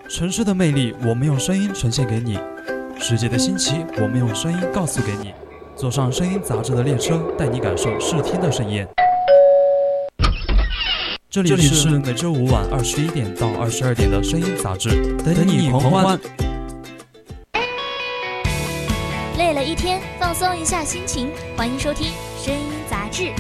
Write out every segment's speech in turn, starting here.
城市的魅力，我们用声音呈现给你；世界的新奇，我们用声音告诉给你。坐上声音杂志的列车，带你感受视听的盛宴。这里是每周五晚21点到22点的声音杂志，等你狂欢。 累了一天，放松一下心情，欢迎收听声音杂志。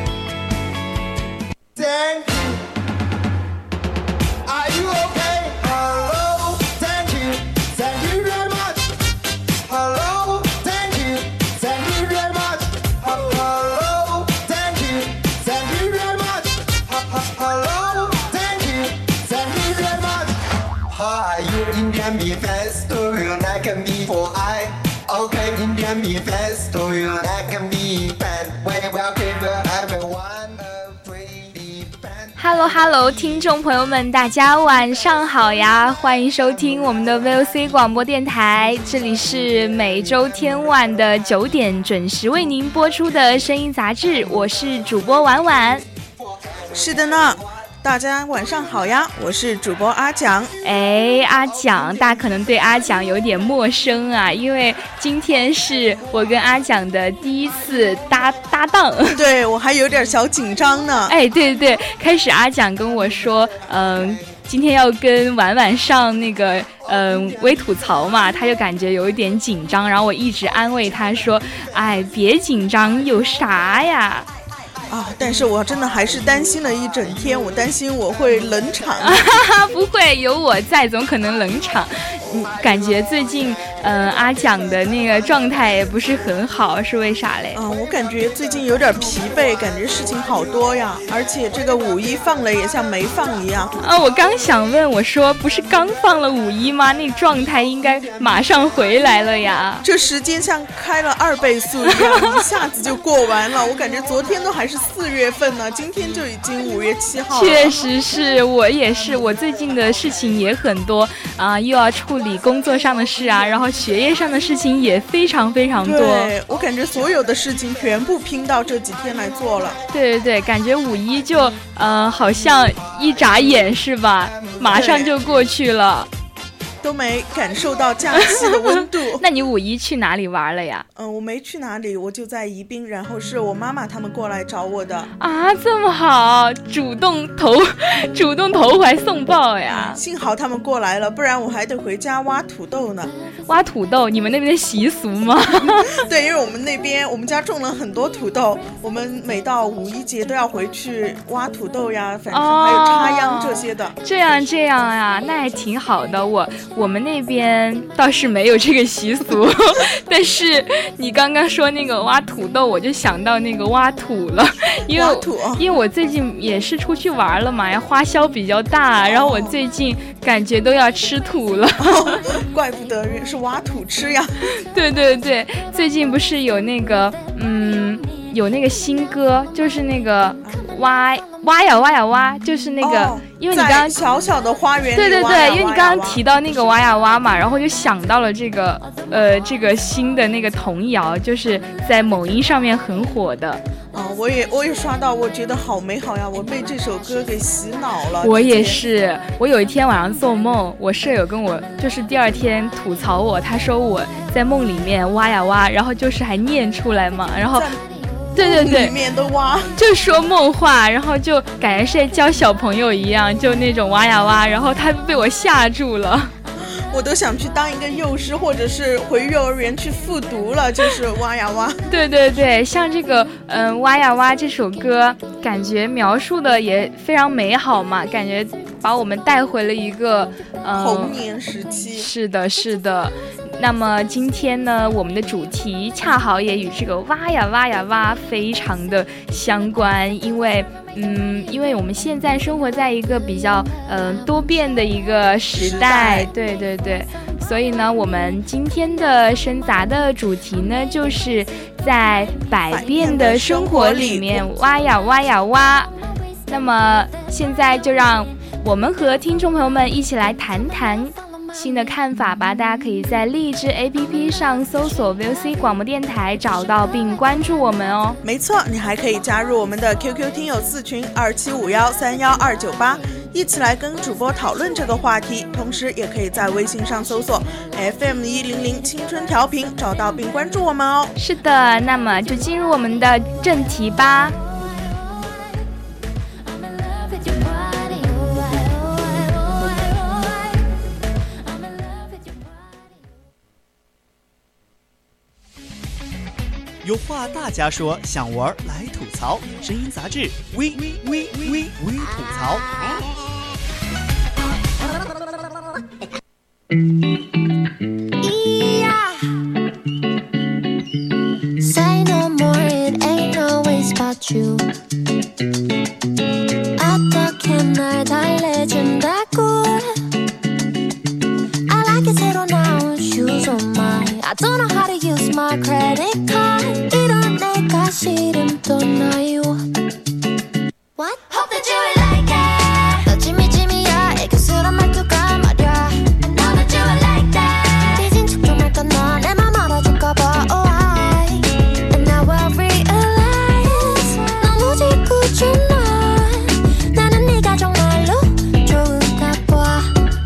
Hello， 听众朋友们，大家晚上好呀！欢迎收听我们的 VOC 广播电台，这里是每周天晚的9点准时为您播出的声音杂志，我是主播婉婉。 是的呢。大家晚上好呀，我是主播阿蒋。 阿蒋，大家可能对阿蒋有点陌生啊，因为今天是我跟阿蒋的第一次搭档。 对，我还有点小紧张呢。 对，开始阿蒋跟我说，今天要跟婉婉上那个微吐槽嘛，他就感觉有一点紧张，然后我一直安慰他说，别紧张，有啥呀？ 但是我真的还是担心了一整天，我担心我会冷场。 不会，有我在，总可能冷场。感觉最近阿蒋的那个状态也不是很好，是为啥嘞？ 我感觉最近有点疲惫，感觉事情好多呀，而且这个5·1放了也像没放一样。 我刚想问，我说不是刚放了5·1吗？那个状态应该马上回来了呀。 这时间像开了2倍速一样，一下子就过完了。我感觉昨天都还是4月份呢，今天就已经5月7号了。 确实是，我也是，我最近的事情也很多又要处理工作上的事啊，然后学业上的事情也非常非常多。 对，我感觉所有的事情全部拼到这几天来做了。 对，感觉5·1就好像一眨眼是吧？马上就过去了。 都没感受到假期的温度。 那你5·1去哪里玩了呀？ 我没去哪里，我就在宜宾，然后是我妈妈他们过来找我的。 这么好，主动投怀送抱呀！ 幸好他们过来了，不然我还得回家挖土豆呢。 挖土豆，你们那边的习俗吗？ 对，因为我们那边我们家种了很多土豆，我们每到5·1节都要回去挖土豆呀，反正还有插秧这些的。 这样呀，那还挺好的。我们那边倒是没有这个习俗，但是你刚刚说那个挖土豆，我就想到那个挖土了，因为我最近也是出去玩了嘛，花销比较大，然后我最近感觉都要吃土了。 怪不得是挖土吃呀。 对，最近不是有那个有那个新歌，就是那个挖呀挖，就是那个，因为你刚刚小小的花园里对，因为你刚刚提到那个挖呀挖嘛，然后就想到了这个新的那个童谣，就是在某音上面很火的。 我也刷到，我觉得好美好呀，我被这首歌给洗脑了。 我也是，我有一天晚上做梦，我舍友跟我就是第二天吐槽我，他说我在梦里面挖呀挖，然后就是还念出来嘛，然后对， 里面的挖就说梦话，然后就感觉是在教小朋友一样，就那种挖呀挖，然后他被我吓住了。 我都想去当一个幼师，或者是回幼儿园去复读了，就是挖呀挖。 对，像这个挖呀挖这首歌，感觉描述的也非常美好嘛，感觉把我们带回了一个童年时期。 是的。那么今天呢，我们的主题恰好也与这个挖呀挖非常的相关，因为我们现在生活在一个比较多变的一个时代，对，所以呢，我们今天的声杂的主题呢，就是在百变的生活里面挖呀挖。那么现在就让我们和听众朋友们一起来谈谈新的看法吧。大家可以在荔枝 APP 上搜索 VOC 广播电台找到并关注我们哦。 没错，你还可以加入我们的 QQ 听友4群2751312998， 一起来跟主播讨论这个话题。同时也可以在微信上搜索 FM100青春调频，找到并关注我们哦。 是的，那么就进入我们的正题吧。 有话大家说，想玩来吐槽，声音杂志微吐槽。 Say no more, it ain't always about you. 어떻게 날 달래준다고? I like it 새로 나온 shoes on my. I don't know how to use my credit card. 이런 내가 싫음 또 나요. What? Hope that you will like it. 너 지미지미야 애교스런 말투가 말야. I know that you will like that. 삐진 척 좀 할까 너 내 맘 알아줄까봐. Oh I. And now I realize 너무 짓궂은 널. 나는 네가 정말로 좋은가 봐.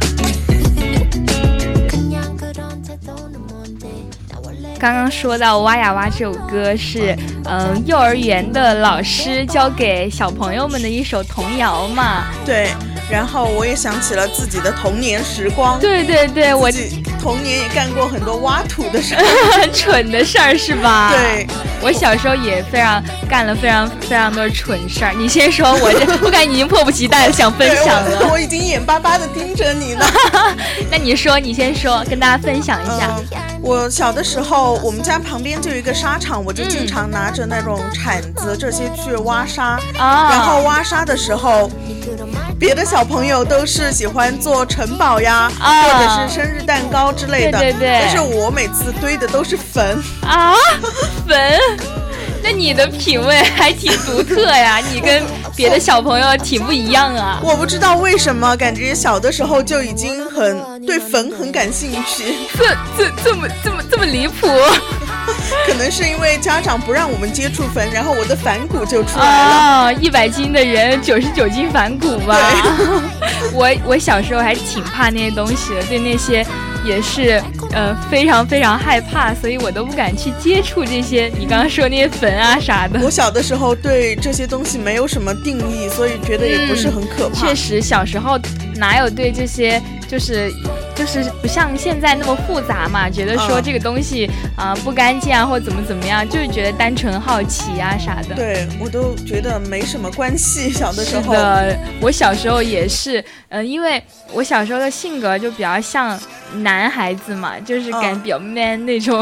그냥 그런 태도는 뭔데. 刚刚说到哇呀哇这首歌是幼儿园的老师教给小朋友们的一首童谣嘛。 对，然后我也想起了自己的童年时光。 对对对，我自己童年也干过很多挖土的事儿很蠢的事儿是吧？ 对， 我小时候也干了非常多蠢事儿。你先说，我感觉你已经迫不及待的想分享了。 我已经眼巴巴的盯着你了。 那你先说，跟大家分享一下。 我小的时候，我们家旁边就有一个沙场，我就经常拿着那种铲子这些去挖沙。然后挖沙的时候，别的小朋友都是喜欢做城堡呀，或者是生日蛋糕之类的。对对对。但是我每次堆的都是坟。啊， 坟。那你的品味还挺独特呀，你跟别的小朋友挺不一样啊。 我不知道为什么，感觉小的时候就已经对坟很感兴趣。 这么离谱？ 可能是因为家长不让我们接触坟，然后我的反骨就出来了。 100斤的人99斤反骨吧。我小时候还挺怕那些东西的，对那些也是非常非常害怕，所以我都不敢去接触这些你刚刚说那些坟啊啥的。 我小的时候对这些东西没有什么定义，所以觉得也不是很可怕。 确实小时候哪有对这些就是不像现在那么复杂嘛，觉得说这个东西不干净啊或怎么样，就是觉得单纯好奇啊啥的。 对，我都觉得没什么关系。小的时候是的，我小时候也是因为我小时候的性格就比较像男孩子嘛，就是感觉比较 man 那种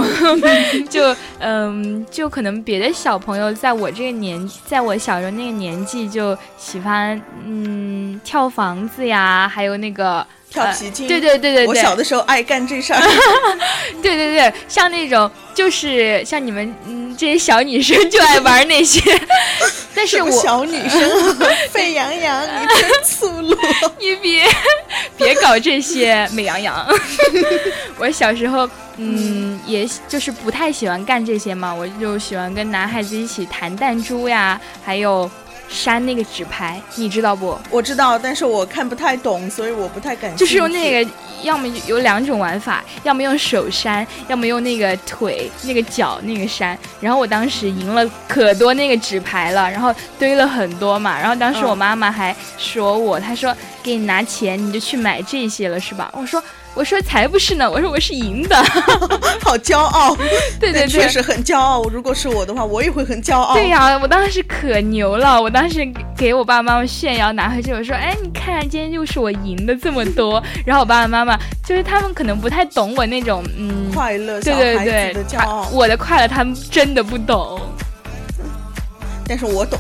就可能别的小朋友在我小时候那个年纪就喜欢跳房子呀，还有那个跳皮筋。 对， 我小的时候爱干这事儿。 对，像那种就是像你们这些小女生就爱玩那些。但是我小女生沸羊羊，你真粗鲁。 你别搞这些美羊羊。我小时候也就是不太喜欢干这些嘛，我就喜欢跟男孩子一起弹弹珠呀，还有扇那个纸牌，你知道不？ 我知道，但是我看不太懂，所以我不太感兴趣。 就是用那个，要么有2种玩法，要么用手扇，要么用那个腿、那个脚那个扇。然后我当时赢了可多那个纸牌了，然后堆了很多嘛。然后当时我妈妈还说她说给你拿钱，你就去买这些了是吧？我说才不是呢，我说我是赢的。 好骄傲。 对， 确实很骄傲。如果是我的话，我也会很骄傲。 对呀，我当时可牛了，我当时给我爸爸妈妈炫耀，拿回去我说，哎，你看今天就是我赢的这么多。然后我爸爸妈妈就是他们可能不太懂我那种快乐小孩子的骄傲。 我的快乐他们真的不懂， 但是我懂。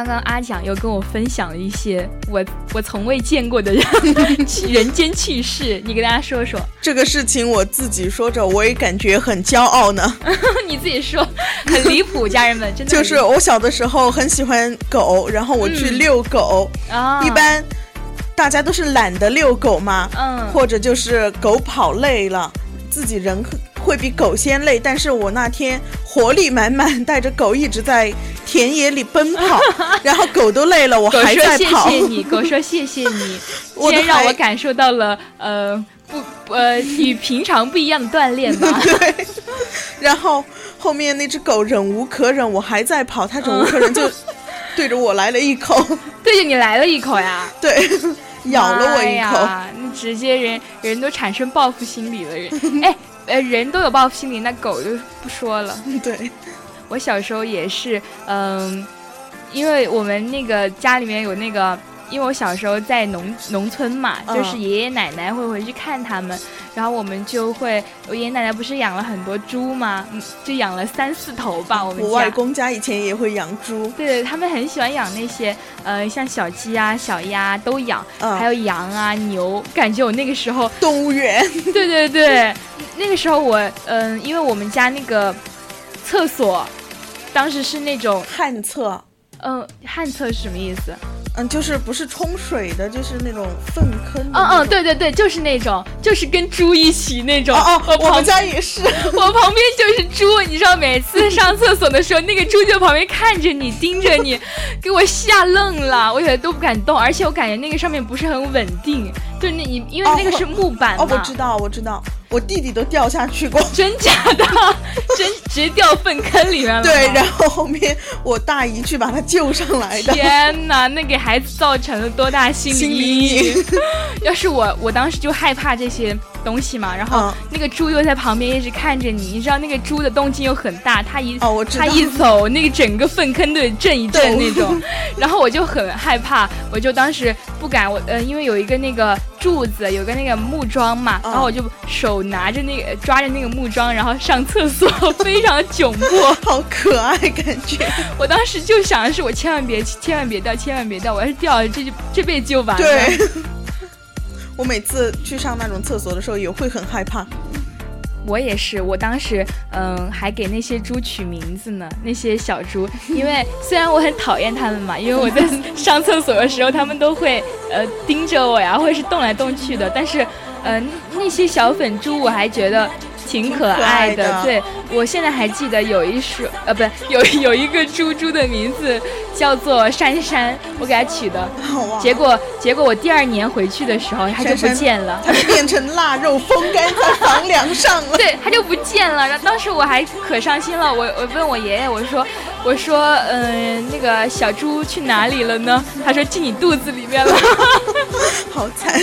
刚刚阿蒋又跟我分享了一些我从未见过的人间趣事，你跟大家说说。 这个事情我自己说着，我也感觉很骄傲呢。 你自己说，很离谱，家人们，真的。 就是我小的时候很喜欢狗，然后我去遛狗，一般大家都是懒得遛狗嘛，或者就是狗跑累了，自己人会比狗先累，但是我那天活力满满，带着狗一直在田野里奔跑，然后狗都累了，我还在跑。 狗说谢谢你，今天让我感受到了与平常不一样的锻炼吧。 对，然后后面那只狗忍无可忍，我还在跑，它忍无可忍就对着我来了一口。 对着你来了一口呀？ 对，咬了我一口。 那直接人都产生报复心理了，人都有报复心理，那狗就不说了。 对， 我小时候也是，因为我们那个家里面有那个，因为我小时候在农村嘛，就是爷爷奶奶会回去看他们，然后我们就会，我爷爷奶奶不是养了很多猪吗？就养了3-4头吧。我外公家以前也会养猪， 对，他们很喜欢养那些像小鸡啊、小鸭都养，还有羊啊、牛，感觉我那个时候动物园。 对对对，那个时候我因为我们家那个厕所，当时是那种旱厕。 旱厕是什么意思？ 就是不是冲水的，就是那种粪坑。 对对对，就是那种，就是跟猪一起那种。 我们家也是。 我旁边就是猪，你知道，每次上厕所的时候，那个猪就旁边看着你，盯着你，给我吓愣了，我有点都不敢动，而且我感觉那个上面不是很稳定，就因为那个是木板嘛。 我知道，我弟弟都掉下去过。 真假的？直接掉粪坑里面了。 对，然后后面我大姨去把他救上来的。 天哪，那给孩子造成了多大心理阴影？要是我当时就害怕这些东西嘛，然后那个猪又在旁边一直看着你，你知道那个猪的动静又很大，它一走，那个整个粪坑都震一震那种，然后我就很害怕，我就当时不敢，因为有一个那个柱子，有个那个木桩嘛，然后我就手抓着那个木桩，然后上厕所，非常窘迫， 好可爱感觉。 我当时就想的是，我千万别掉，我要是掉了，这辈子就完了。 对。我每次去上那种厕所的时候也会很害怕。 我也是，我当时还给那些猪取名字呢，那些小猪，因为虽然我很讨厌他们嘛，因为我在上厕所的时候他们都会盯着我呀，或者是动来动去的，但是那些小粉猪我还觉得挺可爱的。对，我现在还记得有一个猪的名字叫做珊珊，我给它取的。结果我第2年回去的时候，它就不见了， 它就变成腊肉风干在房梁上了。 对，它就不见了。然后当时我还可伤心了，我问我爷爷，我说那个小猪去哪里了呢？他说进你肚子里面了。 好惨。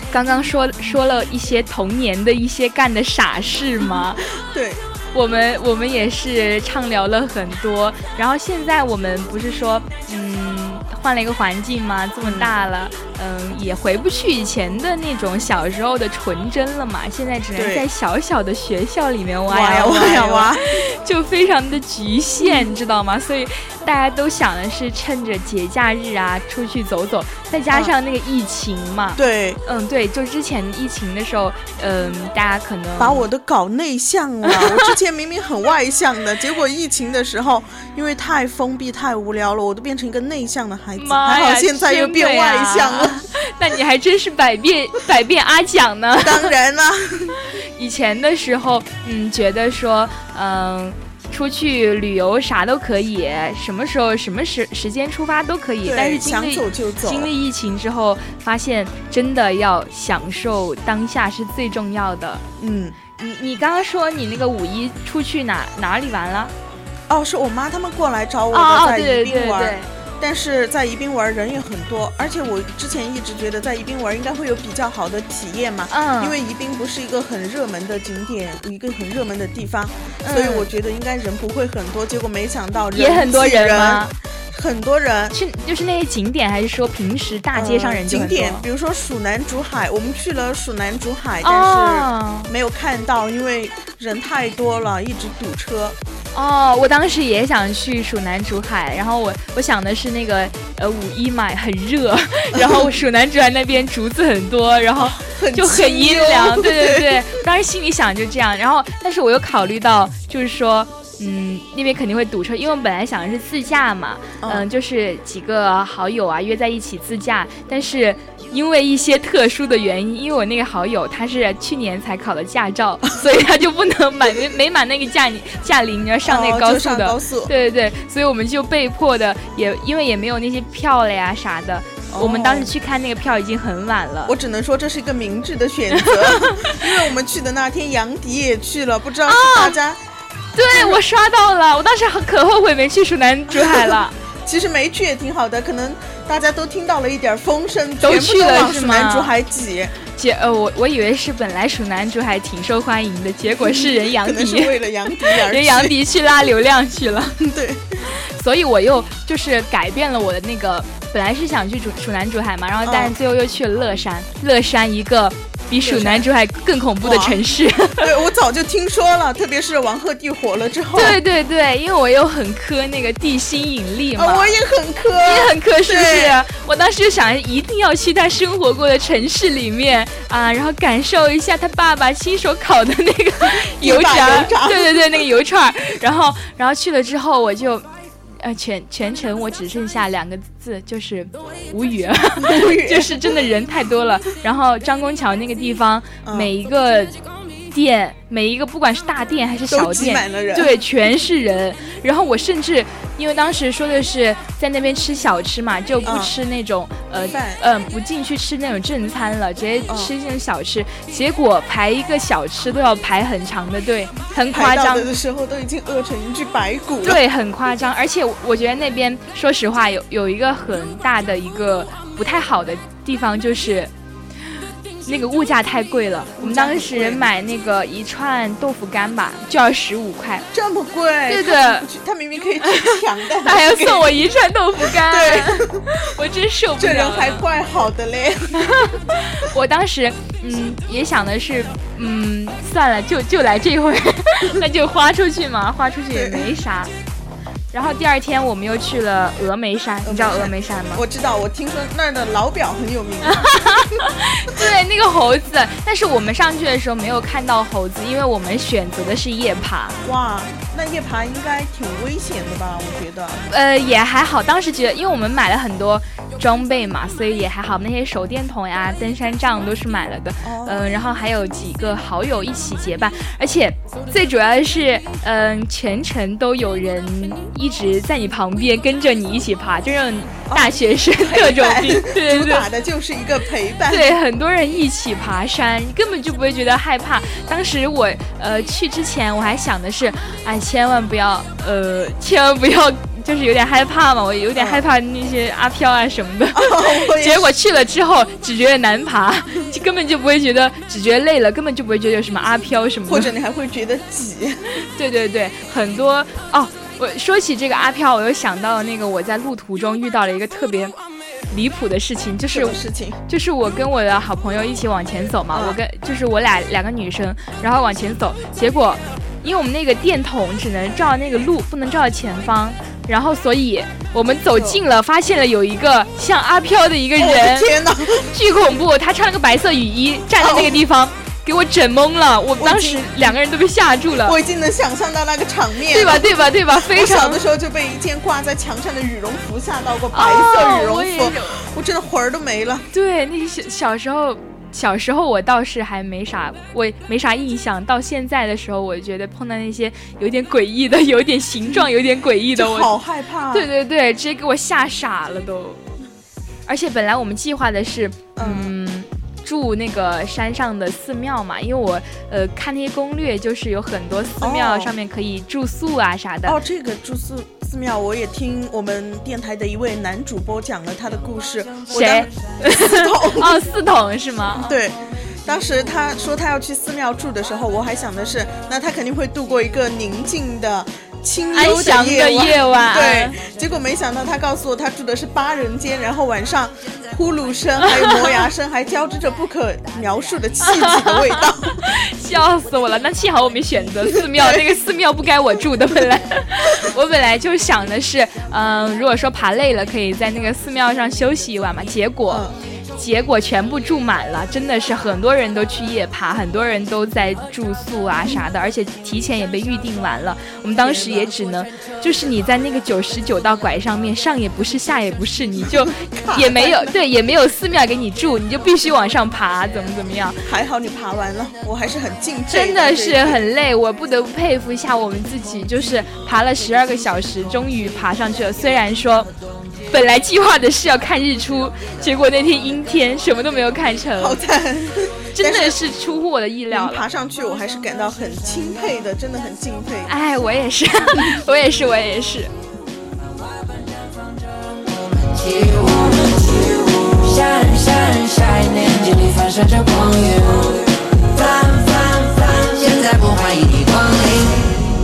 刚刚说了一些童年的一些干的傻事吗？ 对， 我们也是畅聊了很多，然后现在我们不是说换了一个环境嘛，这么大了，也回不去以前的那种小时候的纯真了嘛。现在只能在小小的学校里面挖呀挖，就非常的局限，知道吗？所以大家都想的是趁着节假日啊出去走走，再加上那个疫情嘛。 对， 对，就之前疫情的时候，大家可能把我都搞内向了。我之前明明很外向的，结果疫情的时候，因为太封闭、太无聊了，我都变成一个内向的孩子。还好现在又变外向了。 那你还真是百变阿蒋呢。 当然了， 以前的时候，觉得说，出去旅游啥都可以，什么时候什么时间出发都可以。但是想走就走。 经历疫情之后，发现真的要享受当下是最重要的。你刚刚说你那个5一出去哪里玩了？ 哦，是我妈他们过来找我的，在宜宾玩。 对。 但是在宜宾玩人也很多，而且我之前一直觉得在宜宾玩应该会有比较好的体验嘛，因为宜宾不是一个很热门的景点，一个很热门的地方，所以我觉得应该人不会很多。结果没想到也很多人吗？ 很多人就是那些景点，还是说平时大街上人就很多？ 景点，比如说蜀南竹海，我们去了蜀南竹海，但是没有看到，因为人太多了，一直堵车。 我当时也想去蜀南竹海，然后我想的是那个5一嘛，很热，然后蜀南竹海那边竹子很多，然后就很阴凉。对，当时心里想就这样，然后但是我又考虑到就是说那边肯定会堵车，因为我们本来想的是自驾嘛，就是几个好友啊约在一起自驾，但是因为一些特殊的原因，因为我那个好友他是去年才考的驾照，所以他就不能没满那个驾龄，你要上那个高速的， 高速。 对，所以我们就被迫的，因为也没有那些票了呀啥的。我们当时去看那个票已经很晚了。 我只能说这是一个明智的选择，因为我们去的那天杨迪也去了，不知道是大家。 对，我刷到了，我当时可后悔没去蜀南竹海了。 其实没去也挺好的，可能大家都听到了一点风声， 都去了是吗？ 蜀南竹海挤。 我以为是本来蜀南竹海挺受欢迎的，结果是人杨迪， 可能是为了杨迪而去， 人杨迪去拉流量去了。 对， 所以我又就是改变了我的那个，本来是想去蜀南竹海嘛，然后但是最后又去了乐山一个比蜀南竹海更恐怖的城市。 对，我早就听说了，特别是王鹤棣火了之后。 对，因为我又很磕那个地心引力嘛。 我也很磕。 你也很磕是不是？我当时就想一定要去他生活过的城市里面啊，然后感受一下他爸爸亲手烤的那个油炸。对，那个油串。然后去了之后我就。全程我只剩下2个字，就是无语，就是真的人太多了。然后张公桥那个地方，每一个店，每一个不管是大店还是小店，对，全是人。然后我甚至因为当时说的是在那边吃小吃嘛，就不吃那种不进去吃那种正餐了，直接吃那种小吃。结果排一个小吃都要排很长的队，很夸张。 排到的时候都已经饿成一具白骨了。 对，很夸张。而且我觉得那边说实话有一个很大的一个不太好的地方，就是那个物价太贵了。我们当时买那个一串豆腐干吧，就要15块， 这么贵？ 对的， 他明明可以去抢的， 他还要送我一串豆腐干。对，我真受不了。 这人还怪好的嘞。 我当时也想的是算了，就来这回，那就花出去嘛，花出去也没啥。然后第2天我们又去了峨眉山，你知道峨眉山吗？ 我知道，我听说那儿的老表很有名。 对，那个猴子，但是我们上去的时候没有看到猴子，因为我们选择的是夜爬。 哇，那夜爬应该挺危险的吧？我觉得。 也还好，当时觉得，因为我们买了很多装备嘛，所以也还好。那些手电筒呀、登山杖都是买了的。然后还有几个好友一起结伴，而且最主要的是，全程都有人一直在你旁边跟着你一起爬，就让大学生特种兵。对， 主打的就是一个陪伴。 对，很多人一起爬山，你根本就不会觉得害怕。当时我就就是有点害怕嘛，我有点害怕那些阿飘啊什么的。结果去了之后，只觉得难爬，就根本就不会觉得，只觉得累了，根本就不会觉得有什么阿飘什么的。 或者你还会觉得挤。 对对对，很多哦。我说起这个阿飘，我又想到那个我在路途中遇到了一个特别离谱的事情，就是我跟我的好朋友一起往前走嘛，就是我两个女生，然后往前走，结果因为我们那个电筒只能照那个路，不能照前方，然后所以我们走近了，发现了有一个像阿飘的一个人， 天哪， 巨恐怖！他穿了个白色雨衣，站在那个地方。给我整懵了，我当时两个人都被吓住了。 我已经能想象到那个场面， 对吧？非常。 我小的时候就被一件挂在墙上的羽绒服吓到过，白色羽绒服，我真的魂儿都没了。 对，那些小时候我倒是还没啥印象，到现在的时候，我觉得碰到那些有点诡异的，有点形状有点诡异的，我好害怕。 对，直接给我吓傻了都。而且本来我们计划的是，住那个山上的寺庙嘛，因为我看那些攻略，就是有很多寺庙上面可以住宿啊啥的。 这个住宿寺庙我也听我们电台的一位男主播讲了他的故事。 谁？ 四筒。 四筒是吗？ 对。当时他说他要去寺庙住的时候，我还想的是，那他肯定会度过一个宁静的清幽的夜晚。对，结果没想到他告诉我他住的是8人间，然后晚上呼噜声还有磨牙声还交织着不可描述的气体的味道。 笑死我了，那幸好我没选择寺庙，那个寺庙不该我住的。我本来就想的是如果说爬累了可以在那个寺庙上休息一晚嘛，结果全部住满了，真的是很多人都去夜爬，很多人都在住宿啊啥的，而且提前也被预定完了。我们当时也只能，就是你在那个99道拐上面，上也不是下也不是，你就也没有寺庙给你住，你就必须往上爬，怎么样？ 还好你爬完了，我还是很敬佩， 真的是很累，我不得不佩服一下我们自己，就是爬了12个小时，终于爬上去了。虽然说本来计划的是要看日出，结果那天阴天，什么都没有看成， 好惨， 真的是出乎我的意料了。 爬上去我还是感到很钦佩的，真的很敬佩。 哎，我也是我也是眼里反射着光晕，现在不怀疑你光临。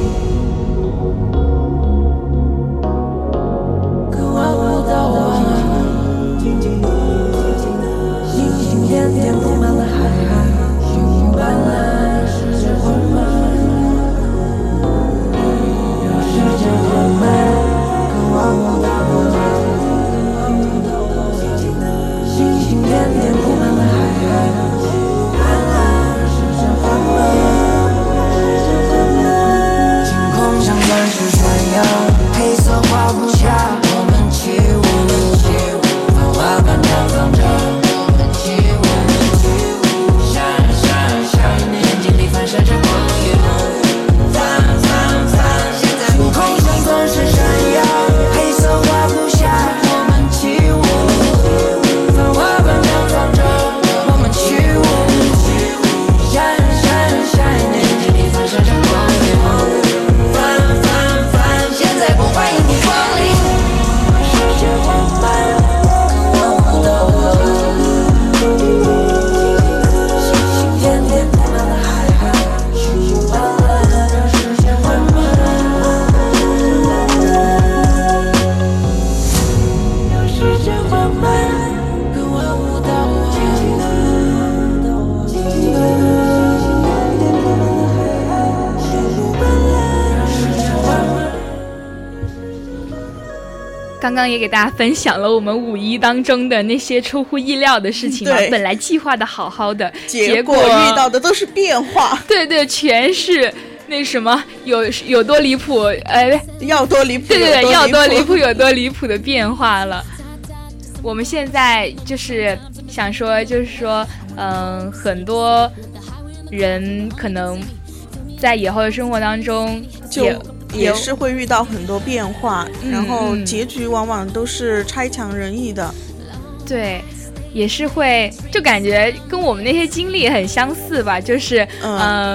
刚刚也给大家分享了我们5·1当中的那些出乎意料的事情嘛，本来计划的好好的，结果遇到的都是变化。 对，全是那什么有多离谱， 要多离谱， 对，要多离谱有多离谱的变化了。我们现在就是想说，很多人可能在以后的生活当中也是会遇到很多变化，然后结局往往都是差强人意的。 对，也是会，就感觉跟我们那些经历很相似吧，就是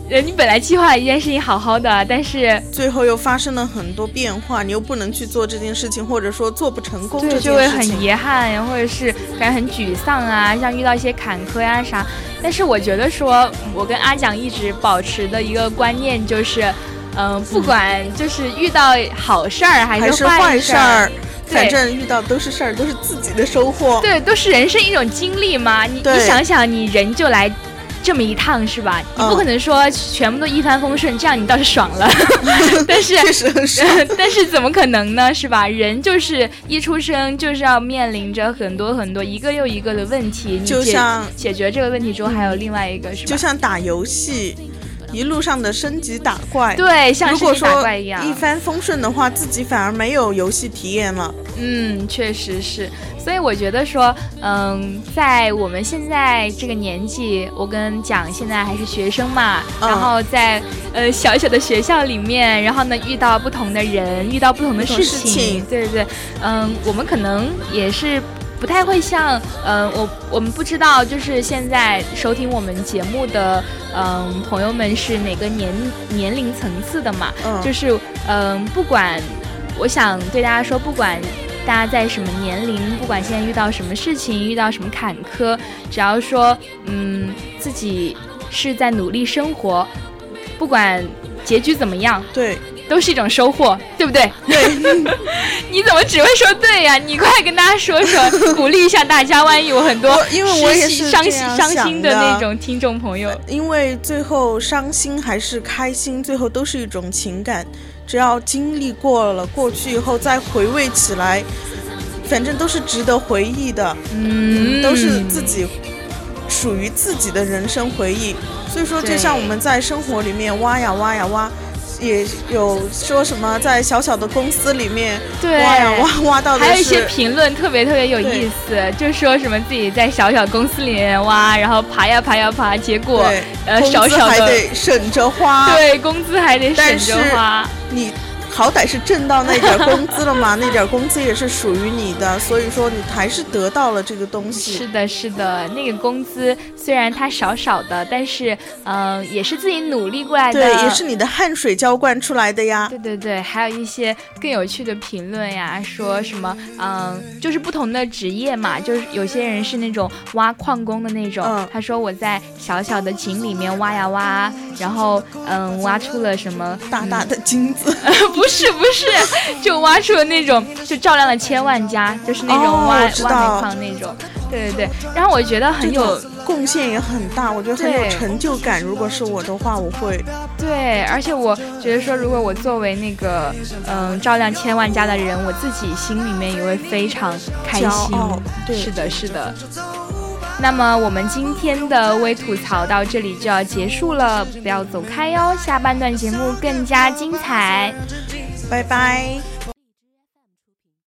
你本来计划一件事情好好的，但是最后又发生了很多变化，你又不能去做这件事情，或者说做不成功这件事情， 就会很遗憾，或者是感觉很沮丧啊，像遇到一些坎坷呀啥。但是我觉得说，我跟阿蒋一直保持的一个观念就是，不管就是遇到好事儿还是坏事儿。 反正遇到都是事儿，都是自己的收获。 对，都是人生一种经历嘛。你想想，你人就来这么一趟是吧？你不可能说全部都一帆风顺，这样你倒是爽了。但是确实很爽， 但是怎么可能呢？是吧？人就是一出生就是要面临着很多很多一个又一个的问题， 就像解决这个问题之后，还有另外一个是吧？ 就像打游戏。一路上的升级打怪， 对，像升级打怪一样。 如果说一帆风顺的话，自己反而没有游戏体验了。 确实是。所以我觉得说，在我们现在这个年纪，我跟蒋现在还是学生嘛，然后在小小的学校里面，然后呢遇到不同的人，遇到不同的事情，对，我们可能也是。不太会像我们不知道，就是现在收听我们节目的朋友们是哪个年龄层次的嘛？就是不管，我想对大家说，不管大家在什么年龄，不管现在遇到什么事情，遇到什么坎坷，只要说自己是在努力生活，不管结局怎么样， 对。 都是一种收获，对不对？ 对， 你怎么只会说对呀？你快跟大家说说，鼓励一下大家。万一有很多因为我也是伤心的那种听众朋友， 因为最后伤心还是开心，最后都是一种情感。只要经历过了，过去以后再回味起来，反正都是值得回忆的。都是自己属于自己的人生回忆。所以说，就像我们在生活里面挖呀挖呀挖。也有说什么在小小的公司里面挖呀挖到的是， 还有一些评论特别有意思，就说什么自己在小小公司里面挖，然后爬呀爬，结果小小的工资还得省着花， 对，工资还得省着花， 你好歹是挣到那点工资了嘛，那点工资也是属于你的，所以说你还是得到了这个东西。 是的，那个工资虽然它少的，但是也是自己努力过来的， 对，也是你的汗水浇灌出来的呀。 对，还有一些更有趣的评论呀，说什么就是不同的职业嘛，就是有些人是那种挖矿工的那种，他说我在小小的井里面挖呀挖，然后挖出了什么大大的金子。 不是，就挖出了那种，就照亮了千万家，就是那种挖煤矿那种。对，然后我觉得很有贡献也很大，我觉得很有成就感。如果是我的话，我会。 对，而且我觉得说，如果我作为那个照亮千万家的人，我自己心里面也会非常开心。 对， 是的。那么我们今天的微吐槽到这里就要结束了，不要走开哟，下半段节目更加精彩， 拜拜。